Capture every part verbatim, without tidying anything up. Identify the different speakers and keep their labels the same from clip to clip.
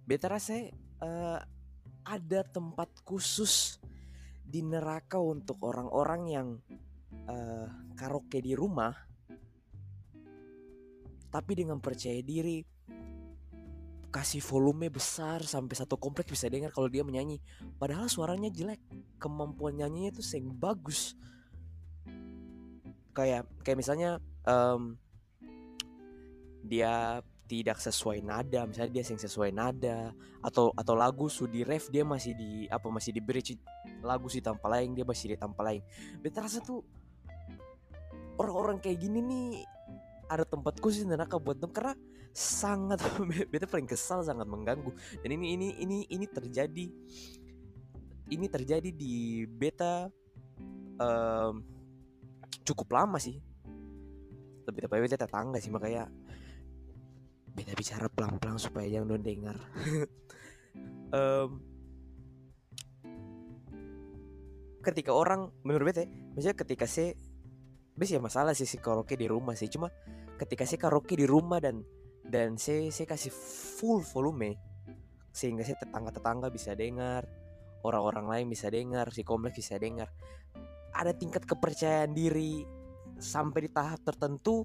Speaker 1: beta rasa uh, ada tempat khusus di neraka untuk orang-orang yang uh, karaoke di rumah, tapi dengan percaya diri, kasih volume besar sampai satu komplek bisa dengar kalau dia menyanyi. Padahal suaranya jelek, kemampuan nyanyinya itu sing bagus. Kayak kayak misalnya um, dia tidak sesuai nada, misalnya dia sing sesuai nada, atau atau lagu su di ref dia masih di apa masih di bridge lagu si tanpa lain, dia masih di tanpa lain. Beta rasa tuh orang-orang kayak gini nih ada tempat khusus neraka buat dem, karena sangat beta paling kesal, sangat mengganggu. Dan ini ini ini ini terjadi ini terjadi di beta um, cukup lama sih. Lebih tepatnya beta tetangga sih, makanya beta bicara pelan-pelan supaya yang don dengar. um, ketika orang menurut beta, maksudnya ketika saya bes ya masalah sih si karaoke di rumah sih, cuma ketika saya karaoke di rumah dan dan saya saya kasih full volume sehingga saya tetangga-tetangga bisa dengar, orang-orang lain bisa dengar, si kompleks bisa dengar. Ada tingkat kepercayaan diri sampai di tahap tertentu,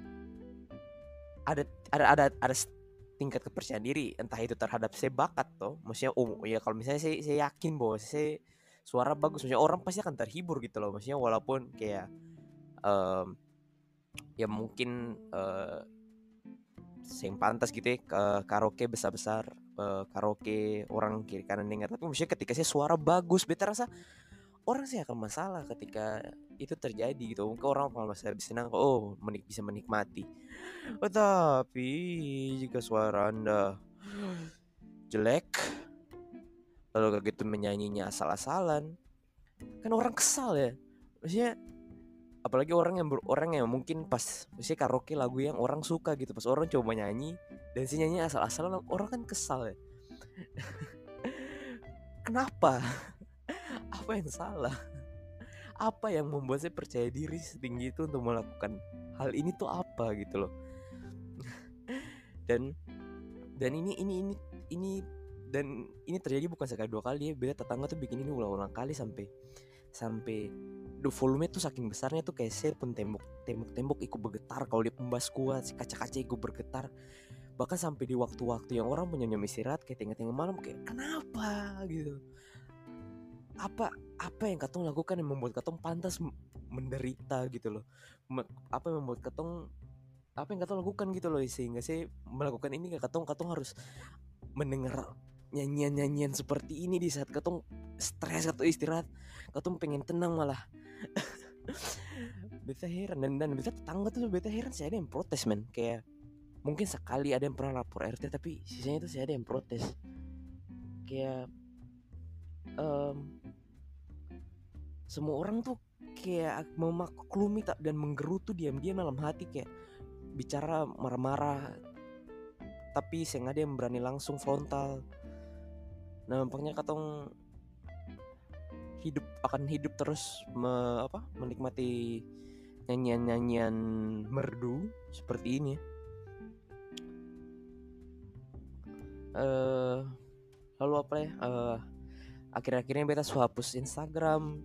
Speaker 1: ada ada ada ada tingkat kepercayaan diri, entah itu terhadap saya bakat toh, maksudnya um ya kalau misalnya saya saya yakin bahwa saya suara bagus, maksudnya orang pasti akan terhibur gitu loh, maksudnya walaupun kayak um, ya mungkin uh, yang pantas gitu ya ke karaoke besar-besar, uh, karaoke orang kiri kanan dengar, tapi maksudnya ketika saya suara bagus, beta rasa orang sih akan masalah ketika itu terjadi gitu. Mungkin orang kalau masih lebih senang, oh menik bisa menikmati. Oh, tapi jika suara Anda jelek lalu kayak gitu menyanyinya asal-asalan, kan orang kesal ya. Maksudnya apalagi orang yang ber, orang yang mungkin pas misalnya karaoke lagu yang orang suka gitu, pas orang coba nyanyi dan si nyanyi asal-asalan, orang kan kesal ya. Kenapa? Apa yang salah? Apa yang membuat saya percaya diri setinggi itu untuk melakukan hal ini tuh apa gitu loh. dan dan ini ini ini ini dan ini terjadi bukan sekali dua kali ya. Beda tetangga tuh bikin ini ulang-ulang kali sampai sampai the volume tuh saking besarnya tuh kayak saya pun tembok tembok tembok ikut bergetar, kalau dia pembas kuat kaca-kaca ikut bergetar. Bahkan sampai di waktu-waktu yang orang punya nyam istirahat kayak tengah-tengah malam, kayak kenapa gitu. Apa apa yang katong lakukan yang membuat katong pantas menderita gitu loh. Apa yang membuat katong, apa yang katong lakukan gitu loh sehingga saya melakukan ini, kayak katong katong harus mendengar nyanyian-nyanyian seperti ini di saat katong stres atau istirahat, katong pengen tenang malah. Beta heran, dan dan beta tetangga tuh beta heran saya ada yang protes men, kayak mungkin sekali ada yang pernah lapor R T, tapi sisanya tuh saya ada yang protes. Kayak um, semua orang tuh kayak memaklumi tak dan menggerutu diam-diam dalam hati, kayak bicara marah-marah, tapi saya ada yang berani langsung frontal. Nah nampaknya katong hidup akan hidup terus me, apa, menikmati nyanyian-nyanyian merdu seperti ini. Uh, lalu apa ya? Uh, akhir-akhirnya beta hapus Instagram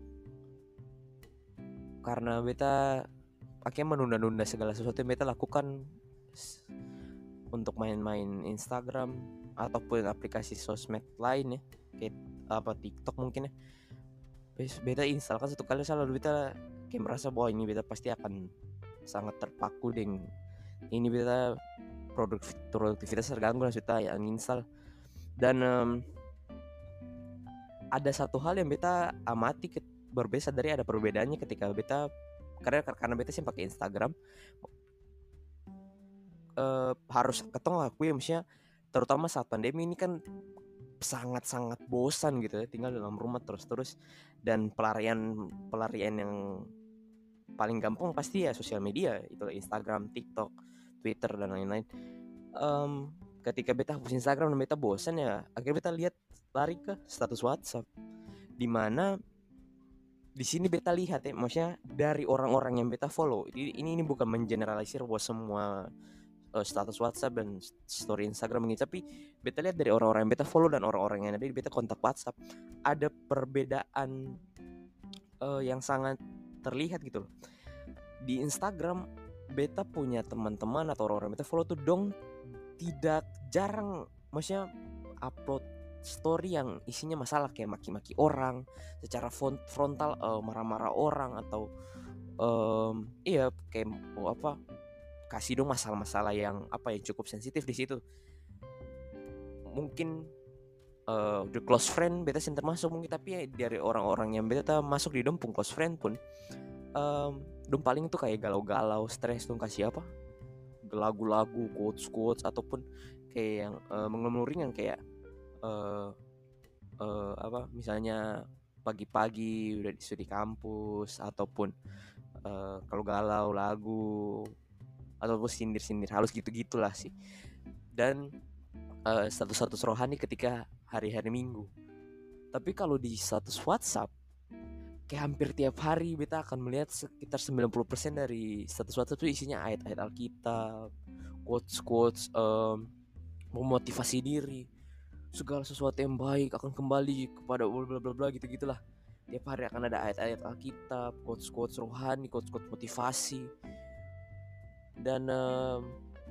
Speaker 1: karena beta akhirnya menunda-nunda segala sesuatu yang beta lakukan untuk main-main Instagram ataupun aplikasi sosmed lain ya, kayak apa TikTok mungkin ya. Beta instalkan satu kali, lalu beta kayak merasa bahwa ini beta pasti akan sangat terpaku dengan ini, beta produktivitas terganggu, langsung beta yang install. Dan um, ada satu hal yang beta amati berbeda dari ada perbedaannya ketika beta, karena karena beta sih pakai Instagram, uh, harus ketemu aku ya, maksudnya terutama saat pandemi ini kan sangat-sangat bosan gitu ya, tinggal dalam rumah terus-terus, dan pelarian pelarian yang paling gampang pasti ya sosial media, itu Instagram, TikTok, Twitter dan lain-lain. Um, ketika beta hapus Instagram dan beta bosan ya, akhirnya beta lihat lari ke status WhatsApp, di mana di sini beta lihat ya, maksudnya dari orang-orang yang beta follow. Ini ini bukan mengeneralisir bahwa semua uh, status WhatsApp dan story Instagram gitu. Tapi beta lihat dari orang-orang yang beta follow dan orang-orang yang ada di beta kontak WhatsApp, ada perbedaan uh, yang sangat terlihat gitu loh. Di Instagram beta punya teman-teman atau orang-orang beta follow tuh dong tidak jarang, maksudnya upload story yang isinya masalah kayak maki-maki orang secara front, frontal, uh, marah-marah orang atau um, iya kayak oh, apa kasih dong masalah-masalah yang apa yang cukup sensitif di situ. Mungkin uh, the close friend beta sih termasuk mungkin, tapi ya dari orang-orang yang beta masuk di dong pun close friend pun um, dong paling tuh kayak galau-galau, stres dong kasih apa lagu-lagu, quotes-quotes ataupun kayak yang uh, mengeluh ringan kayak uh, uh, apa misalnya pagi-pagi udah di di kampus ataupun uh, kalau galau lagu ataupun sindir-sindir halus gitu-gitulah sih. Dan uh, status-status rohani ketika hari-hari Minggu. Tapi kalau di status WhatsApp kayak hampir tiap hari beta akan melihat sekitar sembilan puluh persen dari status WhatsApp itu isinya ayat-ayat Alkitab, quotes-quotes um, memotivasi diri, segala sesuatu yang baik akan kembali kepada bla bla bla bla gitu-gitulah. Tiap hari akan ada ayat-ayat Alkitab, quotes-quotes rohani, quotes-quotes motivasi. Dan um,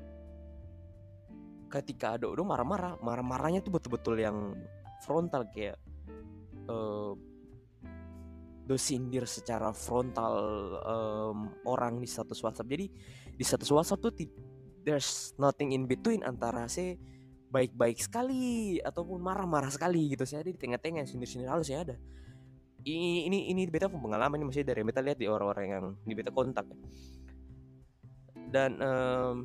Speaker 1: ketika ada orang marah-marah, marah-marahnya tuh betul-betul yang frontal kayak uh, dosindir secara frontal um, orang di status WhatsApp. Jadi di status WhatsApp tuh t- there's nothing in between antara saya baik-baik sekali ataupun marah-marah sekali gitu. Saya ada di tengah-tengah, sindir-sindir halus ya ada. Ini ini ini beta pun pengalaman ini masih dari beta lihat di orang-orang yang di beta kontak. Dan um,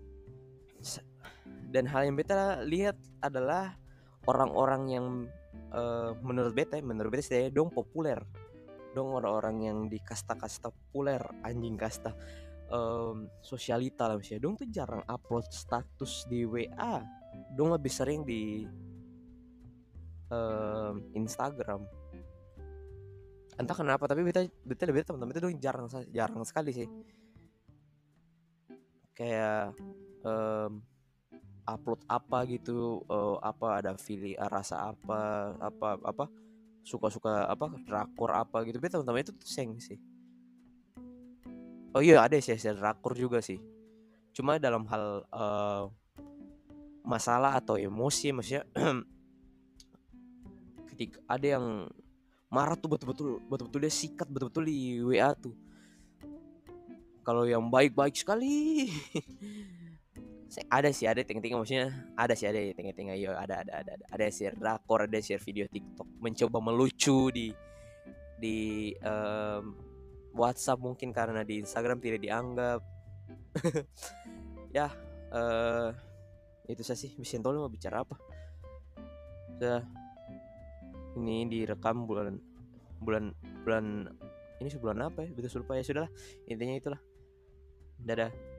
Speaker 1: dan hal yang beta lihat adalah orang-orang yang uh, menurut beta menurut beta saya dong populer, dong orang-orang yang di kasta-kasta populer, anjing kasta um, sosialita lah misalnya, dong tuh jarang upload status di W A, dong lebih sering di um, Instagram. Entah kenapa tapi beta beta beta teman-teman itu dong jarang jarang sekali sih kayak um, upload apa gitu, uh, apa ada pilih rasa apa apa apa suka-suka apa drakor apa gitu. Beta teman-teman itu tuh seng sih. Oh iya ada sih ada drakor juga sih. Cuma dalam hal uh, masalah atau emosi maksudnya ketika ada yang marah tuh betul-betul betul-betul dia sikat betul-betul di W A tuh. Kalau yang baik-baik sekali ada sih ada tengah-tengah maksudnya ada sih ada tengah-tengah yo ada ada ada ada ada share drakor, ada share video TikTok mencoba melucu di di um, WhatsApp mungkin karena di Instagram tidak dianggap. Ya uh, itu saya sih. Vicentolo mau bicara apa? Sudah ini direkam bulan bulan bulan ini sebulan apa ya? Betul lupa ya, sudahlah intinya itulah. Dadah.